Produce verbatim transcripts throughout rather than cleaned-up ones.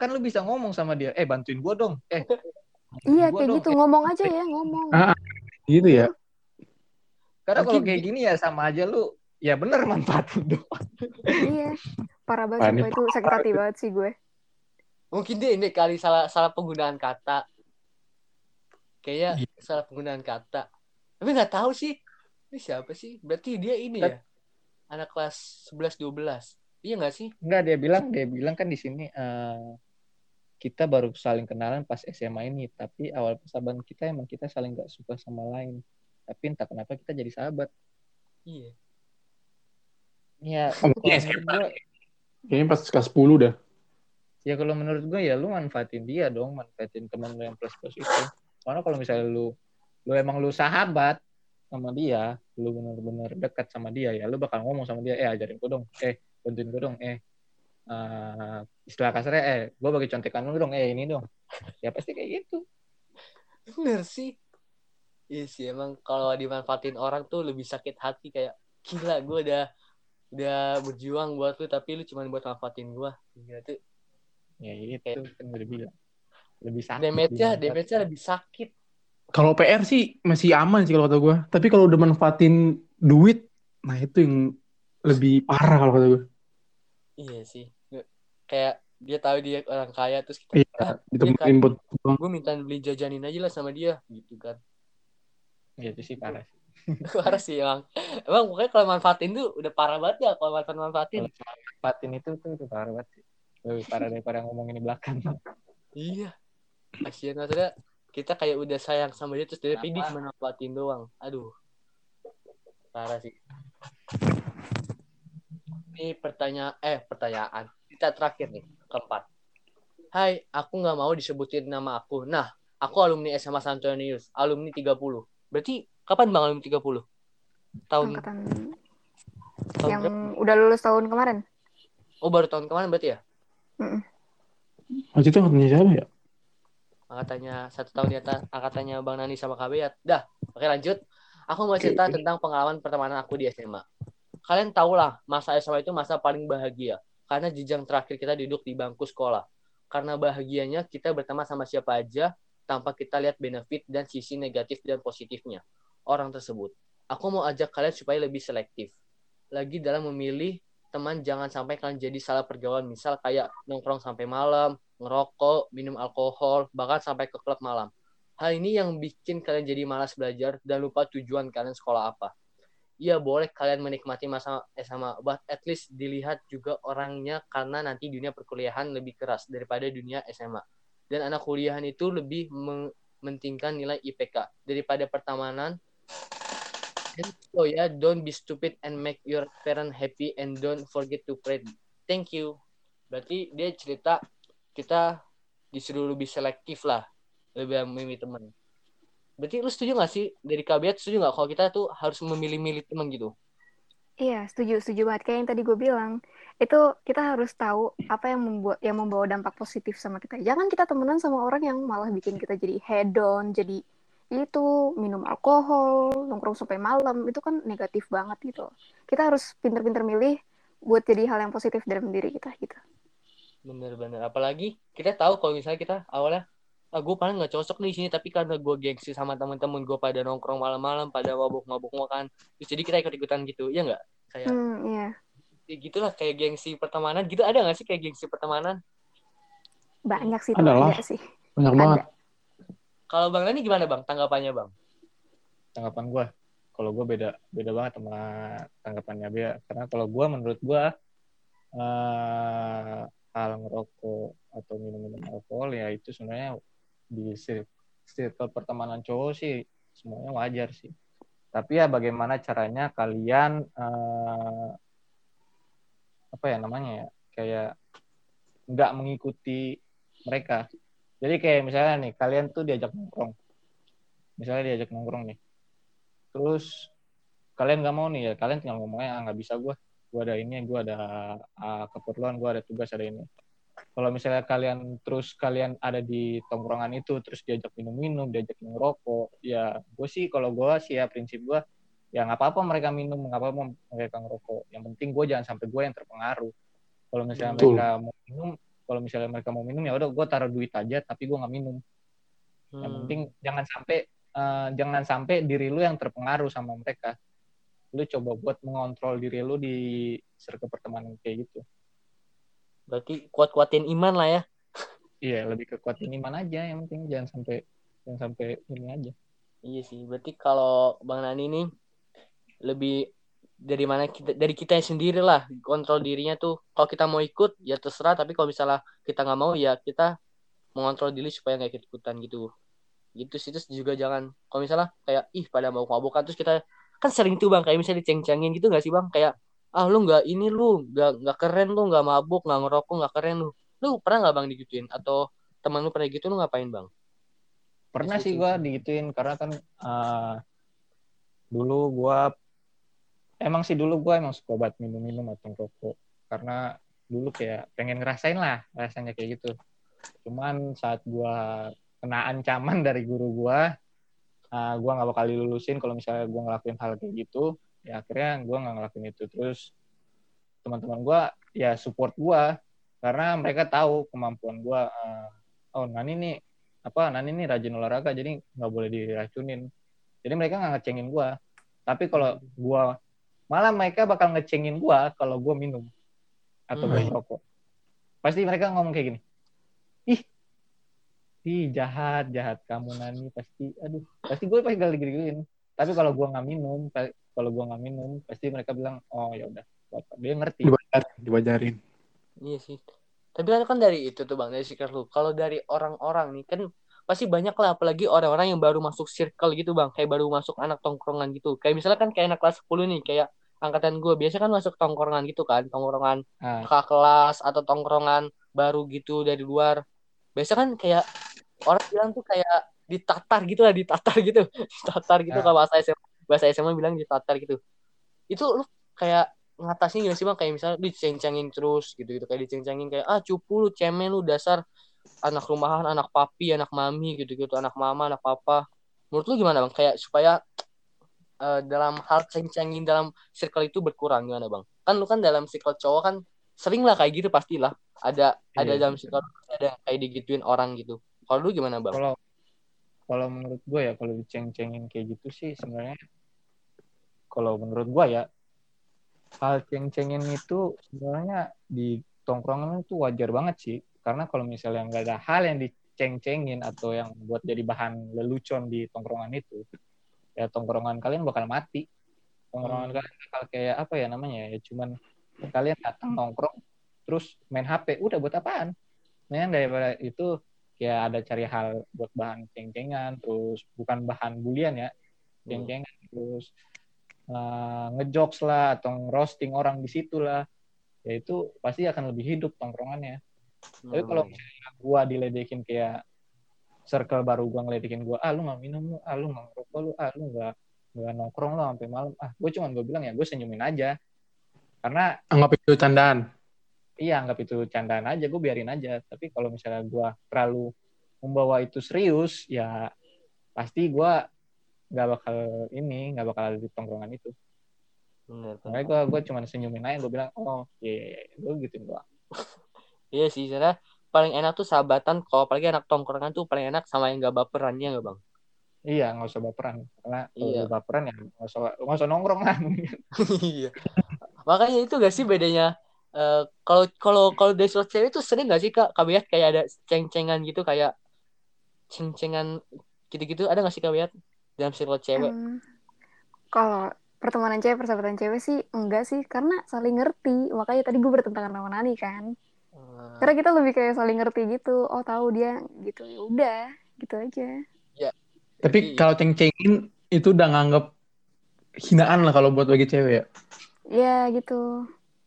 kan lu bisa ngomong sama dia, eh bantuin gue dong, eh Iya gua kayak dong, gitu, eh. ngomong aja ya, ngomong. Ah, gitu ya. Karena kalau Mungkin kayak di- gini ya sama aja lu, ya bener manfaatin doang. Iya, parah banget Wah, ini sumpah, itu sakit hati banget sih gue. mungkin dia ini kali salah salah penggunaan kata. Kayaknya Iya. salah penggunaan kata. Tapi nggak tahu sih. Ini siapa sih? Berarti dia ini ya. Anak kelas sebelas dua belas. Iya nggak sih? Enggak, dia bilang dia bilang kan di sini eh, kita baru saling kenalan pas S M A ini, tapi awal persahabatan kita emang kita saling gak suka sama lain, tapi entah kenapa kita jadi sahabat. Iya. Ya Oh, kalau iya, menurut gue, kayaknya pas kelas sepuluh dah. ya kalau menurut gue ya lu manfaatin dia dong, manfaatin teman lu yang plus plus itu. Karena kalau misalnya lu lu emang lu sahabat sama dia, lu bener-bener dekat sama dia, ya lu bakal ngomong sama dia, eh ajarin gue dong, eh bantuin gue dong, eh uh, istilah kasarnya, eh gue bagi contekan lu dong, eh ini dong, ya pasti kayak gitu. Bener sih. Iya sih, emang kalau dimanfaatin orang tuh lebih sakit hati. Kayak, gila gue udah udah berjuang buat lu, tapi lu cuma buat manfaatin gue. Gila tuh. Ya itu kan udah bilang lebih sakit. Damage-nya, dimanfaatin. damage-nya lebih sakit. Kalau P R sih masih aman sih kalau kata gue. Tapi kalau udah manfaatin duit, nah itu yang lebih parah kalau kata gue. Iya sih. Kayak dia tahu dia orang kaya, terus kita, Iya, ah, dia ditemuin kaya, buat doang. gue minta beli jajanin aja lah sama dia, gitu kan. Ya itu sih parah sih. Parah sih emang. Emang pokoknya kalau manfaatin tuh udah parah banget ya kalau manfaatin. Kalau manfaatin itu tuh itu parah banget sih. Lebih parah daripada ngomongin di belakang. Iya. Kasian maksudnya kita kayak udah sayang sama dia terus dia pilih manfaatin doang. Aduh. Parah sih. Ini pertanyaan eh pertanyaan. Kita terakhir nih, keempat. Hai, aku nggak mau disebutin nama aku. Nah, aku alumni S M A Santonius, alumni tiga puluh. Berarti kapan Bang alumni tiga puluh? Tahun Angkatan tahun yang berapa? udah lulus tahun kemarin. Oh, baru tahun kemarin berarti ya? Mm-mm. Waktu itu katanya siapa ya? Angkatannya satu tahun di atas angkatannya Bang Nani sama K B ya. Dah, oke lanjut. Aku mau cerita Oke. tentang pengalaman pertemanan aku di S M A. Kalian tahulah, masa S M A itu masa paling bahagia. Karena jenjang terakhir kita duduk di bangku sekolah. Karena bahagianya kita berteman sama siapa aja, tanpa kita lihat benefit dan sisi negatif dan positifnya orang tersebut. Aku mau ajak kalian supaya lebih selektif. Lagi dalam memilih teman, jangan sampai kalian jadi salah pergaulan. Misal kayak nongkrong sampai malam, ngerokok, minum alkohol, bahkan sampai ke klub malam. Hal ini yang bikin kalian jadi malas belajar dan lupa tujuan kalian sekolah apa. Iya, boleh kalian menikmati masa S M A, but at least dilihat juga orangnya karena nanti dunia perkuliahan lebih keras daripada dunia S M A. Dan anak kuliahan itu lebih mementingkan nilai I P K daripada pertemanan. So ya, yeah, don't be stupid and make your parent happy and don't forget to pray. Thank you. Berarti dia cerita kita disuruh lebih selektif lah, lebih memilih teman. Berarti lu setuju gak sih dari K B A setuju gak kalau kita tuh harus memilih-milih teman gitu? Iya, setuju, setuju banget. Kayak yang tadi gue bilang, itu kita harus tahu apa yang membuat yang membawa dampak positif sama kita. Jangan kita temenan sama orang yang malah bikin kita jadi hedon, jadi itu minum alkohol, nongkrong sampai malam, itu kan negatif banget gitu. Kita harus pinter-pinter milih buat jadi hal yang positif dalam diri kita gitu. Bener-bener. Apalagi kita tahu kalau misalnya kita awalnya, ah gue paling nggak cocok nih di sini, tapi karena gue gengsi sama teman-teman gue pada nongkrong malam-malam, pada mabuk-mabuk makan, terus jadi kita ikut-ikutan gitu, ya nggak? Kayak, Hmm, iya. ya gitulah kayak gengsi pertemanan. Gitu ada nggak sih kayak gengsi pertemanan? Banyak sih tuh, Adalah. ada sih. Banyak Ada. banget. Kalau Bang Nani gimana Bang? Tanggapannya Bang? Tanggapan gue, kalau gue beda beda banget sama tanggapannya Bea. Karena kalau gue menurut gue uh, hal ngerokok atau minum-minum alkohol ya itu sebenarnya di circle pertemanan cowok sih semuanya wajar sih. Tapi ya bagaimana caranya kalian uh, apa ya namanya ya kayak nggak mengikuti mereka. Jadi kayak misalnya nih kalian tuh diajak nongkrong, misalnya diajak nongkrong nih, terus kalian nggak mau nih ya kalian tinggal ngomongnya ah, nggak bisa gue, gue ada ini, gue ada uh, keperluan, gue ada tugas, ada ini. Kalau misalnya kalian terus kalian ada di tongkrongan itu terus diajak minum-minum, diajak ngerokok, ya gue sih kalau gue sih ya prinsip gue ya nggak apa-apa mereka minum, nggak apa-apa mereka ngerokok. Yang penting gue jangan sampai gue yang terpengaruh. Kalau misalnya Betul. mereka mau minum, kalau misalnya mereka mau minum ya udah gue taruh duit aja tapi gue nggak minum. Hmm. Yang penting jangan sampai uh, jangan sampai diri lu yang terpengaruh sama mereka. Lu coba buat mengontrol diri lu di circle pertemanan kayak gitu. Berarti kuat-kuatin iman lah ya. Iya, lebih ke kuatin iman aja yang penting jangan sampai jangan sampai ini aja. Iya sih, berarti kalau Bang Nani nih lebih dari mana kita dari kita sendiri lah kontrol dirinya tuh. Kalau kita mau ikut ya terserah, tapi kalau misalnya kita nggak mau ya kita mengontrol diri supaya nggak ikut-ikutan gitu. Gitu sih. Terus juga jangan kalau misalnya kayak ih pada mau mabukan terus kita kan sering tuh Bang kayak misalnya diceng-cengin gitu nggak sih Bang, kayak ah lu nggak ini lu nggak nggak keren lu nggak mabuk nggak ngerokok nggak keren lu. Lu pernah nggak Bang digituin atau teman lu pernah gitu, lu ngapain Bang? Pernah sih gue digituin karena kan uh, dulu gue emang sih dulu gue emang suka banget minum-minum atau rokok karena dulu kayak pengen ngerasain lah rasanya kayak gitu. Cuman saat gue kena ancaman dari guru gue, uh, gue nggak bakal dilulusin kalau misalnya gue ngelakuin hal kayak gitu. Ya akhirnya gue nggak ngelakuin itu. Terus teman-teman gue ya support gue karena mereka tahu kemampuan gue. Uh, oh Nani nih apa Nani nih rajin olahraga jadi nggak boleh diracunin. Jadi mereka nggak ngecengin gue. Tapi kalau gue malah mereka bakal ngecengin gue kalau gue minum atau gue merokok. Pasti mereka ngomong kayak gini, ih, ih jahat, jahat kamu Nani pasti, aduh, pasti gue pasti geli-geliin. Tapi kalau gue nggak minum, kalau gue nggak minum, pasti mereka bilang, oh ya udah, dia ngerti. Dibajarin, dibajarin. Iya sih. Tapi kan kan dari itu tuh Bang, dari sikap lu. Kalau dari orang-orang nih kan pasti banyak lah, apalagi orang-orang yang baru masuk circle gitu Bang, kayak baru masuk anak tongkrongan gitu. Kayak misalnya kan kayak anak kelas sepuluh nih, kayak angkatan gue biasa kan masuk tongkrongan gitu kan, tongkrongan Ah. kakak kelas atau tongkrongan baru gitu dari luar. Biasa kan kayak orang bilang tuh kayak ditatar gitu lah, ditatar gitu, ditatar gitu Ah. kalau bahasa S M A, bahasa S M A bilang ditatar gitu. Itu lu kayak ngatasin gimana sih Bang? Kayak misalnya diceng-cengin terus gitu-gitu, kayak diceng-cengin kayak ah cupu lu, cemen lu, dasar anak rumahan, anak papi, anak mami gitu-gitu, anak mama, anak papa. Menurut lu gimana Bang? Kayak supaya Uh, dalam hal ceng-cengin dalam circle itu berkurang gimana Bang? Kan lu kan dalam circle cowok kan sering lah kayak gitu pastilah. Ada Iya, ada dalam circle ada kayak digituin orang gitu. Kalau lu gimana Bang? Kalau kalau menurut gue ya kalau diceng-cengin kayak gitu sih sebenarnya kalau menurut gue ya hal ceng-cengin itu sebenarnya di tongkrongan itu wajar banget sih. Karena kalau misalnya nggak ada hal yang diceng-cengin atau yang buat jadi bahan lelucon di tongkrongan itu, ya tongkrongan kalian bakal mati. Tongkrongan hmm. kalian bakal kayak apa ya namanya ya, cuman kalian datang nongkrong terus main H P, udah buat apaan? Nah, daripada itu kayak ada cari hal buat bahan ceng-cengan, terus bukan bahan bulian ya, ceng-cengan, hmm. terus uh, ngejokes lah atau roasting orang di situ lah, ya itu pasti akan lebih hidup tongkrongannya. Hmm. Tapi kalau misalnya gua diledekin kayak circle baru gue ngeledekin gue, ah lu nggak minum lu, ah lu nggak ngerokok lu, ah lu nggak nggak nongkrong lu sampai malam, ah gue cuma gue bilang ya gue senyumin aja, karena anggap itu candaan. Iya anggap itu candaan aja, gue biarin aja. Tapi kalau misalnya gue terlalu membawa itu serius, ya pasti gue nggak bakal ini, nggak bakal ada di tongkrongan itu. Bener, makanya gue gue cuma senyumin aja, gue bilang oh iya, iya, iya. Gue gituin doang. Iya sih, karena paling enak tuh sahabatan, kalau apalagi anak tongkrongan tuh paling enak sama yang gak baperannya nggak Bang? Iya, nggak usah baperan. Karena kalau iya. baperan ya nggak usah nggak usah nongkrong kan. Iya. Makanya itu gak sih bedanya? Kalau uh, kalau kalau dari sosial cewek itu sering gak sih Kak Kabiat kayak ada ceng-cengan gitu, kayak ceng-cengan gitu-gitu, ada gak sih Kabiat dalam circle cewek? Um, kalau pertemanan cewek, persahabatan cewek sih enggak sih, karena saling ngerti. Makanya tadi gue bertentangan sama Nani kan. Hmm. Karena kita lebih kayak saling ngerti gitu. Oh tahu dia gitu, ya udah gitu aja. Ya. Tapi kalau ceng-cengin itu udah nganggep hinaan lah kalau buat bagi cewek ya. Iya gitu.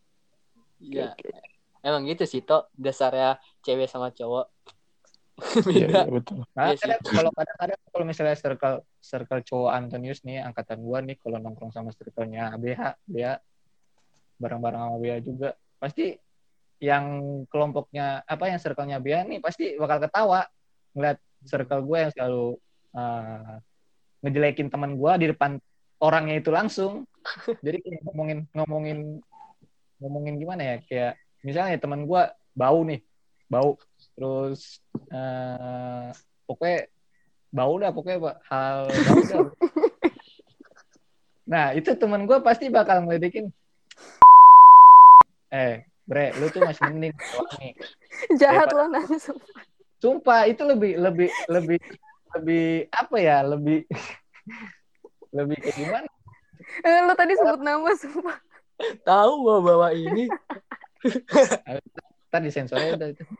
Iya. Emang gitu sih toh dasarnya cewek sama cowok. Iya, iya betul. Nah, ya, kadang, kalau kadang-kadang kalau misalnya circle circle cowok Antonius nih, angkatan gua nih, kalau nongkrong sama circle-nya A B H, dia bareng-bareng sama B H juga, pasti yang kelompoknya apa yang circle-nya B H nih pasti bakal ketawa ngeliat circle gue yang selalu uh, ngejelekin teman gue di depan orangnya itu langsung. Jadi kayak ngomongin ngomongin ngomongin gimana ya, kayak misalnya teman gue bau nih, bau. Terus uh, pokoknya bau dah, pokoknya hal bau dah. Nah, itu temen gue pasti bakal ngeledekin. Eh, bre, lu tuh masih mending wangi. Jahat Daripada- lo nanya sumpah. Sumpah, itu lebih, lebih, lebih, lebih, apa ya, lebih, lebih kayak gimana? Eh, lo tadi sebut nama sumpah. Tahu gua bawa ini. Ntar disensornya udah itu.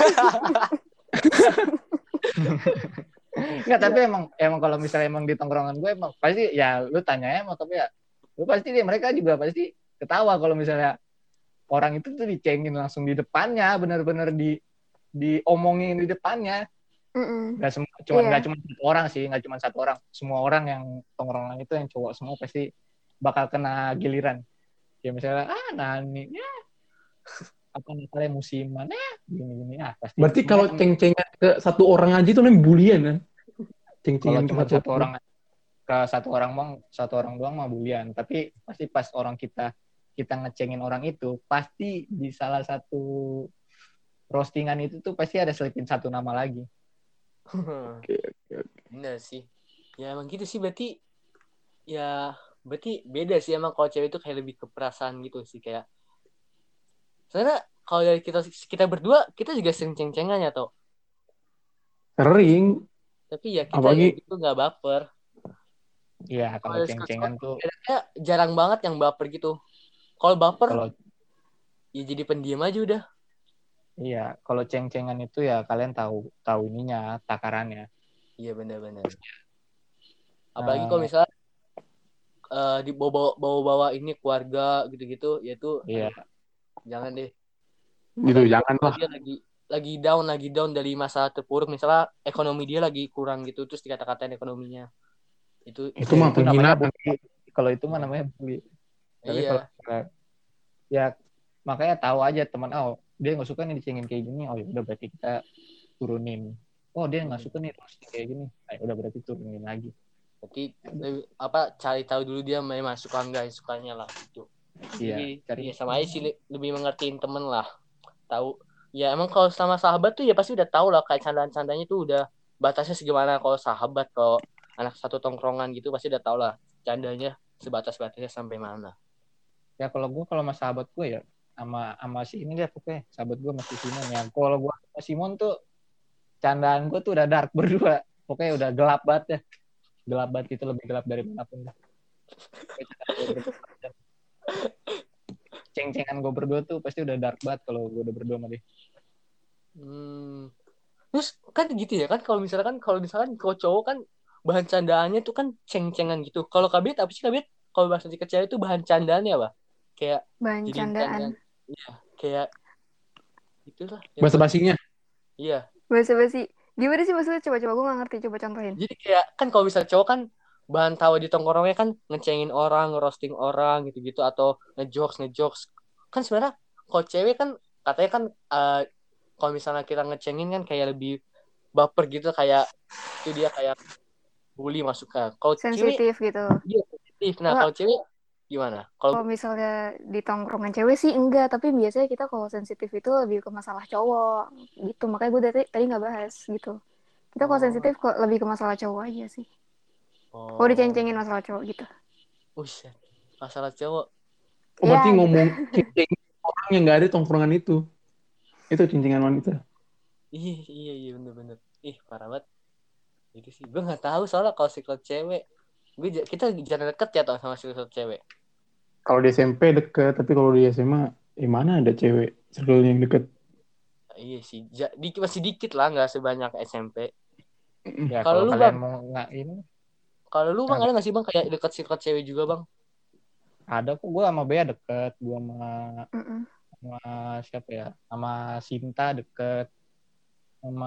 Enggak, tapi emang emang kalau misalnya emang di tongkrongan gue emang pasti ya lu tanya emang tapi ya lu pasti dia mereka juga pasti ketawa kalau misalnya orang itu tuh dicengin langsung di depannya, benar-benar di diomongin di depannya. Mm-mm. Nggak semua cuma Iya. nggak cuma satu orang sih, nggak cuma satu orang. Semua orang yang tongkrongan itu yang cowok semua pasti bakal kena giliran. Ya misalnya ah Nani ya apa namanya musiman ya gini-gini ah pasti. Berarti Semua kalau temen- ceng-cengan ke satu orang aja itu namanya bulian kan? kalau Ceng-cengan ke cuma satu orang. orang ke satu orang bang satu orang doang mah bulian, tapi pasti pas orang kita kita ngecengin orang itu pasti di salah satu roastingan itu tuh pasti ada selipin satu nama lagi. Oke, oke, oke. Bener sih. Ya emang gitu sih berarti ya berarti beda sih emang kalau cewek itu kayak lebih ke perasaan gitu sih kayak. Soalnya kalau dari kita kita berdua kita juga sering ceng-cengan ya toh. Sering. Tapi ya kita Apalagi- ya gitu nggak baper. Iya kalau Kalau ceng-cengan tuh Kayaknya jarang banget yang baper gitu. Kalau baper kalau ya jadi pendiam aja udah. iya kalau ceng-cengan itu ya kalian tahu tahu ininya takarannya. Iya benar-benar. Apalagi kalau Eh, misalnya eh, di bawa bawa ini keluarga gitu-gitu, ya itu iya jangan deh. Gitu, Apalagi jangan kalau lah. dia lagi lagi down lagi down dari masa terpuruk, misalnya ekonomi dia lagi kurang gitu, terus dikata-katain ekonominya. Itu Itu ya, mah itu namanya penghinaan. bully. Kalau itu mah namanya bully. Tapi iya. kalau misalnya- ya makanya tahu aja teman oh dia nggak suka nih dicengin kayak gini, oh ya udah berarti kita turunin. Oh dia nggak suka nih roasting kayak gini, ah, udah berarti turunin lagi. Berarti lebih- apa cari tahu dulu dia memang suka enggak sukanya lah gitu. Iya, Jadi cari ya sama aja sih li- lebih mengertiin temen lah. Tahu ya emang kalau sama sahabat tuh ya pasti udah tahu lah kayak candaan-candanya tuh udah batasnya segimana. Kalau sahabat kalau anak satu tongkrongan gitu pasti udah tahu lah candanya sebatas-batasnya sampai mana. ya kalau gue kalau sama sahabat gue ya sama sama si ini deh pokoknya sahabat gue masih Simon ya. Kalau gue sama Simon tuh candaan gue tuh udah dark berdua, pokoknya udah gelap banget ya. Gelap banget itu lebih gelap dari manapun. Ceng-cengan gue berdua tuh pasti udah dark banget kalau gue udah berdua sama dia. Hmm. Terus kan gitu ya kan kalau misalkan kalau misalkan kalau cowok kan bahan candaannya tuh kan ceng-cengan gitu. Kalau kabit apa sih kabit? Kalau bahasa di kecil itu bahan candaannya apa? Kayak Bahan jadi candaan. Iya, kayak itulah. yang- Bahasa basinya. Iya. Bahasa basi. Gimana sih maksudnya? Coba-coba gue gak ngerti. Coba contohin. Jadi kayak kan kalau misalnya cowok kan bahan tawa di tongkrongnya kan ngecengin orang, ngerosting orang gitu-gitu atau ngejokes ngejokes. Kan sebenarnya kalau cewek kan katanya kan uh, kalau misalnya kita ngecengin kan kayak lebih baper gitu kayak itu dia kayak bully masuk ke. Kalau cewek Sensitif gitu. dia sensitif. Nah, Wah. kalau cewek gimana? Kalau Kalau misalnya di tongkrongan cewek sih enggak. Tapi biasanya kita kalau sensitif itu lebih ke masalah cowok. Gitu. Makanya gue tadi, tadi gak bahas gitu. Kita kalau Oh. sensitif kok lebih ke masalah cowok aja sih. oh, Kalau diceng-cengin masalah cowok gitu. Buset. Masalah cowok. Oh, berarti Ya, ngomong ceng orang yang nggak ada di tongkrongan itu. Itu ceng-cengan wanita. Iya, iya, iya bener-bener. Ih, parah banget. Itu sih. Gue gak tahu soalnya kalau circle cewek. Gue j- kita jarang deket ya tau sama circle cewek. Kalau di S M P deket, tapi kalau di S M A, di mana ada cewek circle yang deket? Iya sih. Ja- dikit masih dikit lah, nggak sebanyak S M P. Ya Kalau kalau lu, kalian Bang? mau nggak ini Kalau lu bang Apa? ada nggak sih bang kayak deket circle cewek juga bang? ada kok, gue sama Bea deket, gue sama mm-mm. sama siapa ya, sama Sinta deket, sama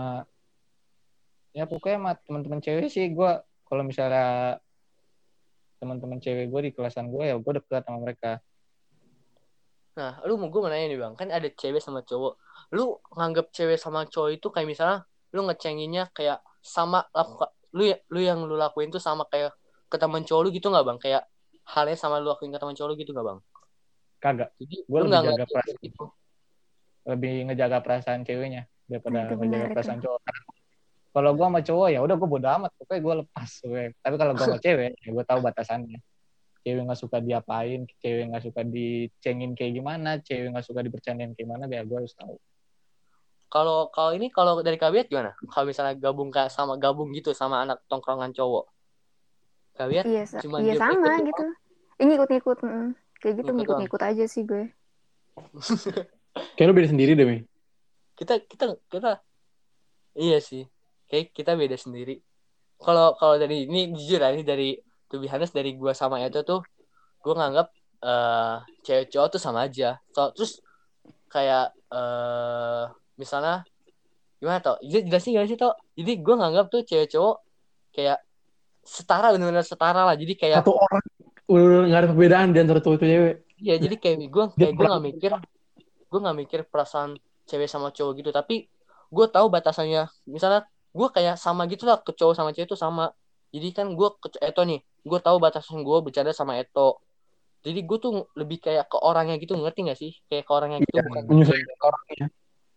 ya pokoknya sama teman-teman cewek sih gue. Kalau misalnya teman-teman cewek gue di kelasan gue ya gue deket sama mereka. Nah, lu mau gue mau nanya nih bang, kan ada cewek sama cowok. Lu nganggap cewek sama cowok itu kayak misalnya lu ngecenginnya kayak sama laku, lu ya, lu yang lu lakuin tuh sama kayak ke teman cowok lu gitu nggak bang? Kayak halnya sama lu lakuin ke teman cowok lu gitu nggak bang? Kagak, Jadi gue lu lebih nggak jaga ngeliat perasaan gitu. lebih ngejaga perasaan ceweknya daripada Nah, itu ngejaga benar perasaan itu. cowok. Kalau gue sama cowok ya udah gue bodo amat, pokoknya gue lepas gue. Tapi kalau gue sama cewek ya gue tahu batasannya. Cewek nggak suka diapain, cewek nggak suka dicengin kayak gimana, cewek nggak suka dibercandain kayak gimana, ya gue harus tahu. Kalau kalau ini kalau dari Kabiat gimana? Kalau misalnya gabung kayak sama gabung gitu sama anak tongkrongan cowok. Kabiat Iya, sa- cuma iya diem sama ikut gitu. Ini ngikut-ngikut, mm. kayak gitu Ngikut doang. ngikut-ngikut aja sih gue. Kayak lu beda sendiri deh, Mi. kita kita kita iya sih. Kayak kita beda sendiri. Kalau kalau dari ini jujur ya, ini dari to be honest dari gua sama itu tuh gua nganggap eh cewek cowok tuh sama aja. So, terus kayak eh misalnya gimana toh? Jadi jelasin gak sih toh? Jadi gua nganggap tuh cewek cowok kayak setara, benar-benar setara lah. Jadi kayak Satu orang udah nggak ada perbedaan di antara cowok itu cewek. iya, jadi kayak gue Dia kayak gue nggak mikir gue nggak mikir perasaan cewek sama cowok gitu, tapi gue tahu batasannya. Misalnya gue kayak sama gitu lah ke cowok sama cewek itu sama. Jadi kan gue ke Eto nih, gue tahu batasan gue bercanda sama Eto. Jadi gue tuh lebih kayak ke orangnya gitu, ngerti gak sih? Kayak ke orangnya gitu, Iya, bukan menyesuaikan orangnya.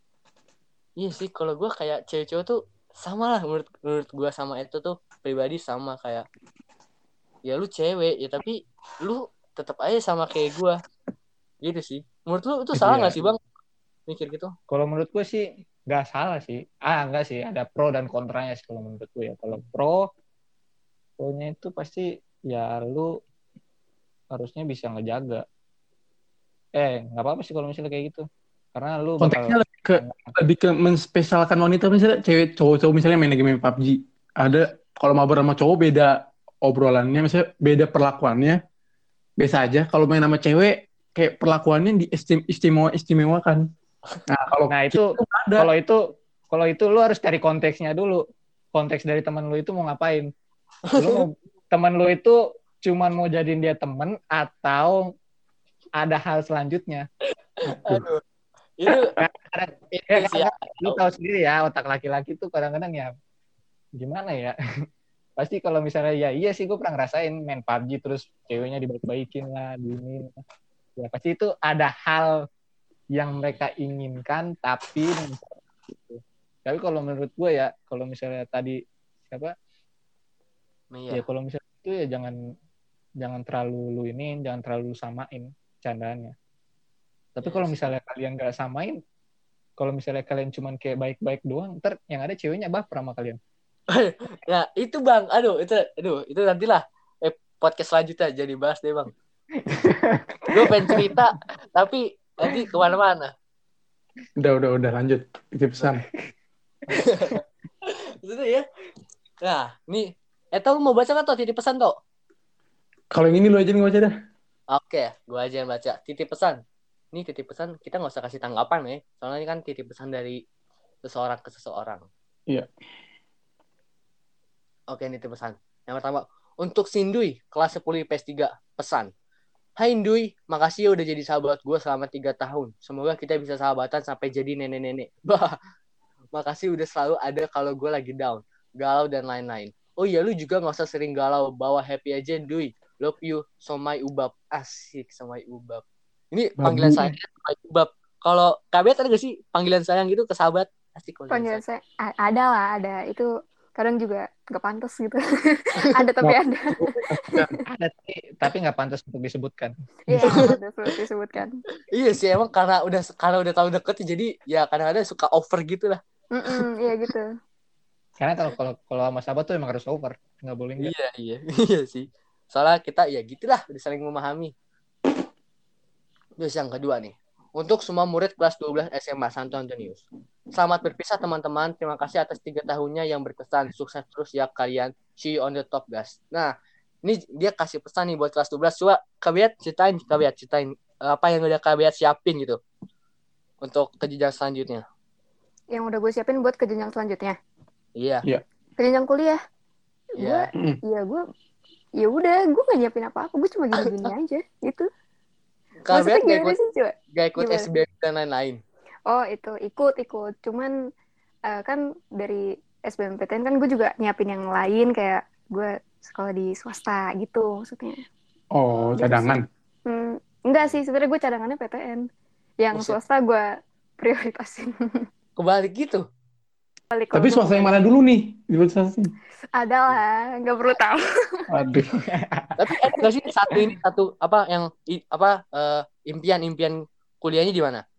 Iya sih, kalau gue kayak cewek cowok tuh sama lah menurut menurut gue sama Eto tuh pribadi sama kayak ya lu cewek ya tapi lu tetap aja sama kayak gue gitu sih. Menurut lu itu salah Iya. nggak sih bang mikir gitu? Kalau menurut gue sih nggak salah sih. Ah nggak sih, ada pro dan kontranya sih kalau menurut gue ya. Kalau pro, pro-nya itu pasti ya lu harusnya bisa ngejaga. Eh nggak apa-apa sih kalau misalnya kayak gitu. Karena lu bakal Konteksnya lebih ke lebih ke menspesialkan wanita, misalnya cewek cowok-cowok misalnya main game P U B G. Ada kalau mabar sama cowok beda obrolannya, misalnya beda perlakuannya. Biasa aja. Kalau main sama cewek kayak perlakuannya di istimewa istimewakan. Nah, kalau Nah itu ada kalau itu kalau itu lu harus cari konteksnya dulu. Konteks dari teman lu itu mau ngapain? Lu mau teman lu itu cuman mau jadiin dia teman atau ada hal selanjutnya? Aduh, itu Kadang, itu ya, sih ya. kadang, lu tahu sendiri ya otak laki-laki tuh kadang-kadang ya gimana ya? Pasti kalau misalnya ya iya sih gue pernah ngerasain main P U B G terus ceweknya dibaik-baikin lah, diinin. Ya pasti itu ada hal yang mereka inginkan tapi gitu. Tapi kalau menurut gue ya kalau misalnya tadi siapa Iya. ya kalau misalnya itu ya jangan jangan terlalu lu ini jangan terlalu samain candaannya. Tapi Yes. kalau misalnya kalian nggak samain, kalau misalnya kalian cuman kayak baik-baik doang, ntar yang ada ceweknya baper sama kalian. Ya itu bang, aduh itu, aduh itu nantilah eh, podcast selanjutnya jadi bahas deh bang. Gue pengen cerita tapi nanti kemana-mana. udah udah udah lanjut titip pesan. Itu ya. Nah, nih, eh tau lu mau baca kan toh titip pesan toh? Kalau yang ini lu aja nih baca dah. Oke, gue aja yang baca titip pesan. Ini titip pesan kita nggak usah kasih tanggapan ya, soalnya ini kan titip pesan dari seseorang ke seseorang. Iya. Oke, ini titip pesan. Yang pertama, untuk Sindui kelas sepuluh I P S tiga, pesan. Hai Indui, makasih ya udah jadi sahabat gue selama tiga tahun. Semoga kita bisa sahabatan sampai jadi nenek-nenek. Bah, makasih udah selalu ada kalau gue lagi down, galau dan lain-lain. Oh iya, lu juga gak usah sering galau, bawa happy aja Dui. Love you, Somai Ubab. Asik, Somai Ubab. Ini Babu. panggilan sayang Somai Ubab. Kalau Kabiat ada gak sih panggilan sayang gitu ke sahabat? Asik Panggilan sayang. saya a- ada lah, ada. Itu kadang juga gak pantas gitu. Ada tapi ada. Ada tapi tapi nggak pantas untuk disebutkan. Iya, gak pantas untuk disebutkan. Iya sih, emang karena udah karena udah tahu deket jadi ya kadang-kadang suka over gitu lah. Mm-mm, iya gitu. Karena kalau kalau kalau sama sahabat tuh emang harus over, nggak boleh enggak. Iya, iya. Iya sih. Soalnya kita ya gitulah, udah saling memahami. Terus yang kedua nih. Untuk semua murid kelas dua belas S M A Santo Antonius. Selamat berpisah teman-teman. Terima kasih atas tiga tahunnya yang berkesan. Sukses terus ya kalian. See you on the top, guys. Nah, ini dia kasih pesan nih buat kelas dua belas. Coba Kabiat ceritain, Kabiat ceritain apa yang udah Kabiat siapin gitu. Untuk ke jenjang selanjutnya. Yang udah gue siapin buat ke jenjang selanjutnya. Iya. Ke jenjang kuliah. Iya. Gue, ya gue, ya udah, gue gak nyiapin apa-apa. Gue cuma gini-gini aja, gitu. Maksudnya Kabiat gak gimana ikut, sih, coba? gak ikut Gimana? S B M dan lain-lain. Oh, itu ikut-ikut. Cuman uh, kan dari S B M P T N kan gue juga nyiapin yang lain kayak gue sekolah di swasta gitu maksudnya. Oh, Gitu cadangan. Hmm, enggak sih, sebenarnya gue cadangannya P T N. Yang Buset. swasta gue prioritasin. Kebalik gitu. Balik Tapi kalau swasta yang gua- mana dulu nih? Prioritasnya. Ada lah, nggak perlu tahu. Aduh. Tapi ada nggak sih satu ini satu apa yang i- apa eh, impian-impian kuliahnya di mana?